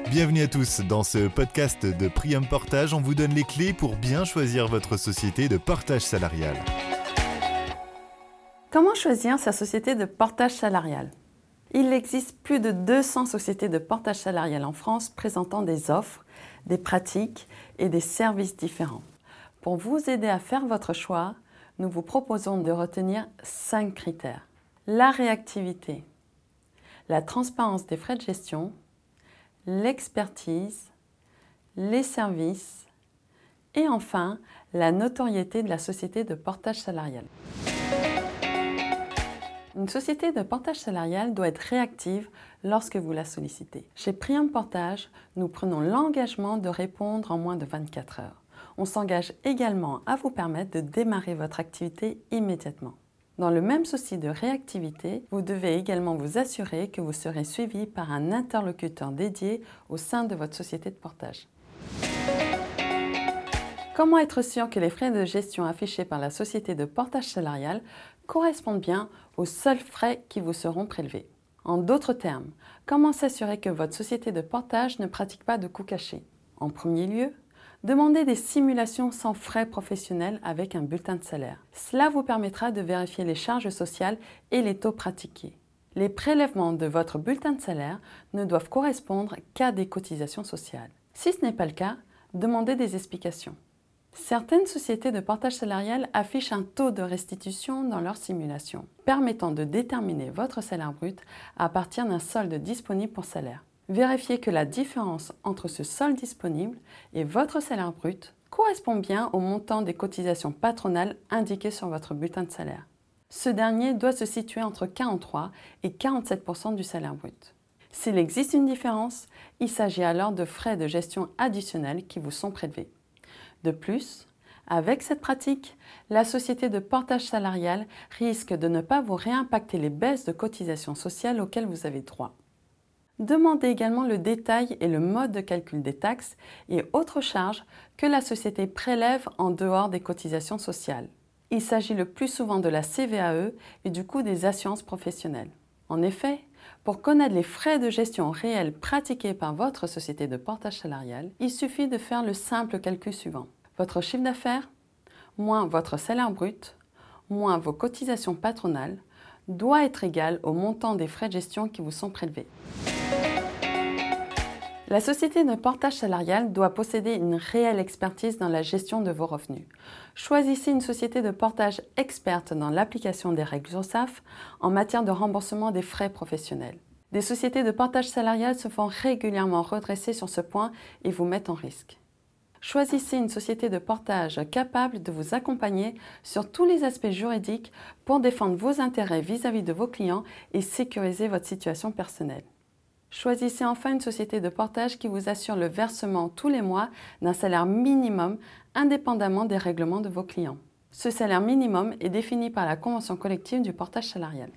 Bienvenue à tous, dans ce podcast de Prium Portage, on vous donne les clés pour bien choisir votre société de portage salarial. Comment choisir sa société de portage salarial ? Il existe plus de 200 sociétés de portage salarial en France présentant des offres, des pratiques et des services différents. Pour vous aider à faire votre choix, nous vous proposons de retenir 5 critères. La réactivité, la transparence des frais de gestion, l'expertise, les services et enfin la notoriété de la société de portage salarial. Une société de portage salarial doit être réactive lorsque vous la sollicitez. Chez Prium Portage, nous prenons l'engagement de répondre en moins de 24 heures. On s'engage également à vous permettre de démarrer votre activité immédiatement. Dans le même souci de réactivité, vous devez également vous assurer que vous serez suivi par un interlocuteur dédié au sein de votre société de portage. Comment être sûr que les frais de gestion affichés par la société de portage salarial correspondent bien aux seuls frais qui vous seront prélevés? En d'autres termes, comment s'assurer que votre société de portage ne pratique pas de coûts cachés? En premier lieu, demandez des simulations sans frais professionnels avec un bulletin de salaire. Cela vous permettra de vérifier les charges sociales et les taux pratiqués. Les prélèvements de votre bulletin de salaire ne doivent correspondre qu'à des cotisations sociales. Si ce n'est pas le cas, demandez des explications. Certaines sociétés de portage salarial affichent un taux de restitution dans leur simulation, permettant de déterminer votre salaire brut à partir d'un solde disponible pour salaire. Vérifiez que la différence entre ce solde disponible et votre salaire brut correspond bien au montant des cotisations patronales indiquées sur votre bulletin de salaire. Ce dernier doit se situer entre 43 et 47% du salaire brut. S'il existe une différence, il s'agit alors de frais de gestion additionnels qui vous sont prélevés. De plus, avec cette pratique, la société de portage salarial risque de ne pas vous réimpacter les baisses de cotisations sociales auxquelles vous avez droit. Demandez également le détail et le mode de calcul des taxes et autres charges que la société prélève en dehors des cotisations sociales. Il s'agit le plus souvent de la CVAE et du coût des assurances professionnelles. En effet, pour connaître les frais de gestion réels pratiqués par votre société de portage salarial, il suffit de faire le simple calcul suivant. Votre chiffre d'affaires, moins votre salaire brut, moins vos cotisations patronales, doit être égal au montant des frais de gestion qui vous sont prélevés. La société de portage salarial doit posséder une réelle expertise dans la gestion de vos revenus. Choisissez une société de portage experte dans l'application des règles URSSAF en matière de remboursement des frais professionnels. Des sociétés de portage salarial se font régulièrement redresser sur ce point et vous mettent en risque. Choisissez une société de portage capable de vous accompagner sur tous les aspects juridiques pour défendre vos intérêts vis-à-vis de vos clients et sécuriser votre situation personnelle. Choisissez enfin une société de portage qui vous assure le versement tous les mois d'un salaire minimum indépendamment des règlements de vos clients. Ce salaire minimum est défini par la convention collective du portage salarial.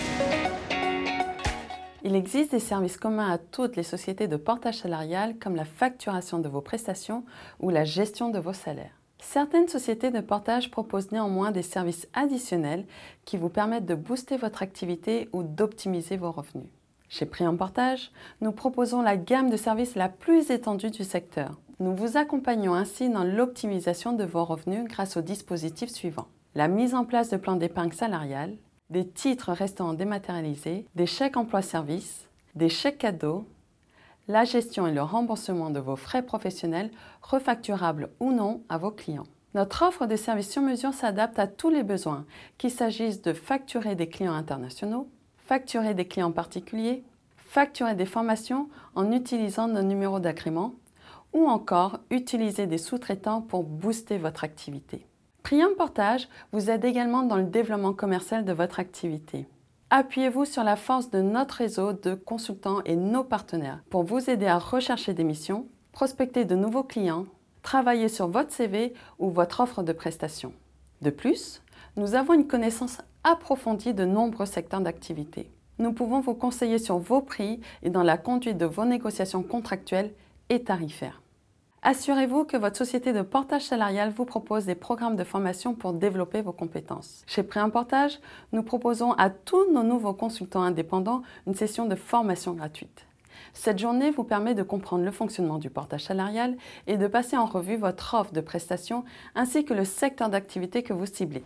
Il existe des services communs à toutes les sociétés de portage salarial comme la facturation de vos prestations ou la gestion de vos salaires. Certaines sociétés de portage proposent néanmoins des services additionnels qui vous permettent de booster votre activité ou d'optimiser vos revenus. Chez Prium Portage, nous proposons la gamme de services la plus étendue du secteur. Nous vous accompagnons ainsi dans l'optimisation de vos revenus grâce aux dispositifs suivants. La mise en place de plans d'épargne salariale, des titres restaurants dématérialisés, des chèques emploi-service, des chèques cadeaux, la gestion et le remboursement de vos frais professionnels, refacturables ou non à vos clients. Notre offre de services sur mesure s'adapte à tous les besoins, qu'il s'agisse de facturer des clients internationaux, facturer des clients particuliers, facturer des formations en utilisant nos numéros d'agrément ou encore utiliser des sous-traitants pour booster votre activité. Prium Portage vous aide également dans le développement commercial de votre activité. Appuyez-vous sur la force de notre réseau de consultants et nos partenaires pour vous aider à rechercher des missions, prospecter de nouveaux clients, travailler sur votre CV ou votre offre de prestations. De plus, nous avons une connaissance approfondie de nombreux secteurs d'activité. Nous pouvons vous conseiller sur vos prix et dans la conduite de vos négociations contractuelles et tarifaires. Assurez-vous que votre société de portage salarial vous propose des programmes de formation pour développer vos compétences. Chez Prium Portage, nous proposons à tous nos nouveaux consultants indépendants une session de formation gratuite. Cette journée vous permet de comprendre le fonctionnement du portage salarial et de passer en revue votre offre de prestations ainsi que le secteur d'activité que vous ciblez.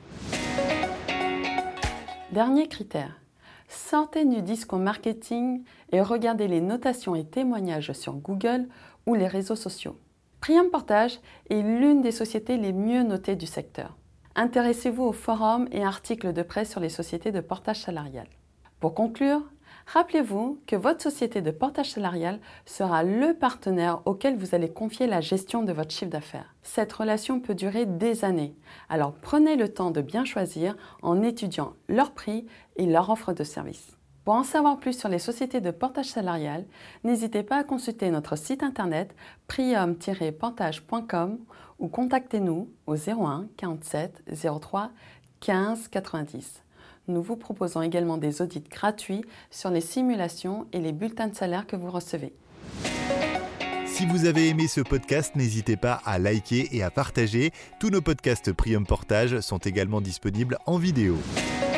Dernier critère. Sortez du discours marketing et regardez les notations et témoignages sur Google ou les réseaux sociaux. Prium Portage est l'une des sociétés les mieux notées du secteur. Intéressez-vous aux forums et articles de presse sur les sociétés de portage salarial. Pour conclure, rappelez-vous que votre société de portage salarial sera le partenaire auquel vous allez confier la gestion de votre chiffre d'affaires. Cette relation peut durer des années, alors prenez le temps de bien choisir en étudiant leur prix et leur offre de service. Pour en savoir plus sur les sociétés de portage salarial, n'hésitez pas à consulter notre site internet prium-portage.com ou contactez-nous au 01 47 03 15 90. Nous vous proposons également des audits gratuits sur les simulations et les bulletins de salaire que vous recevez. Si vous avez aimé ce podcast, n'hésitez pas à liker et à partager. Tous nos podcasts Prium Portage sont également disponibles en vidéo.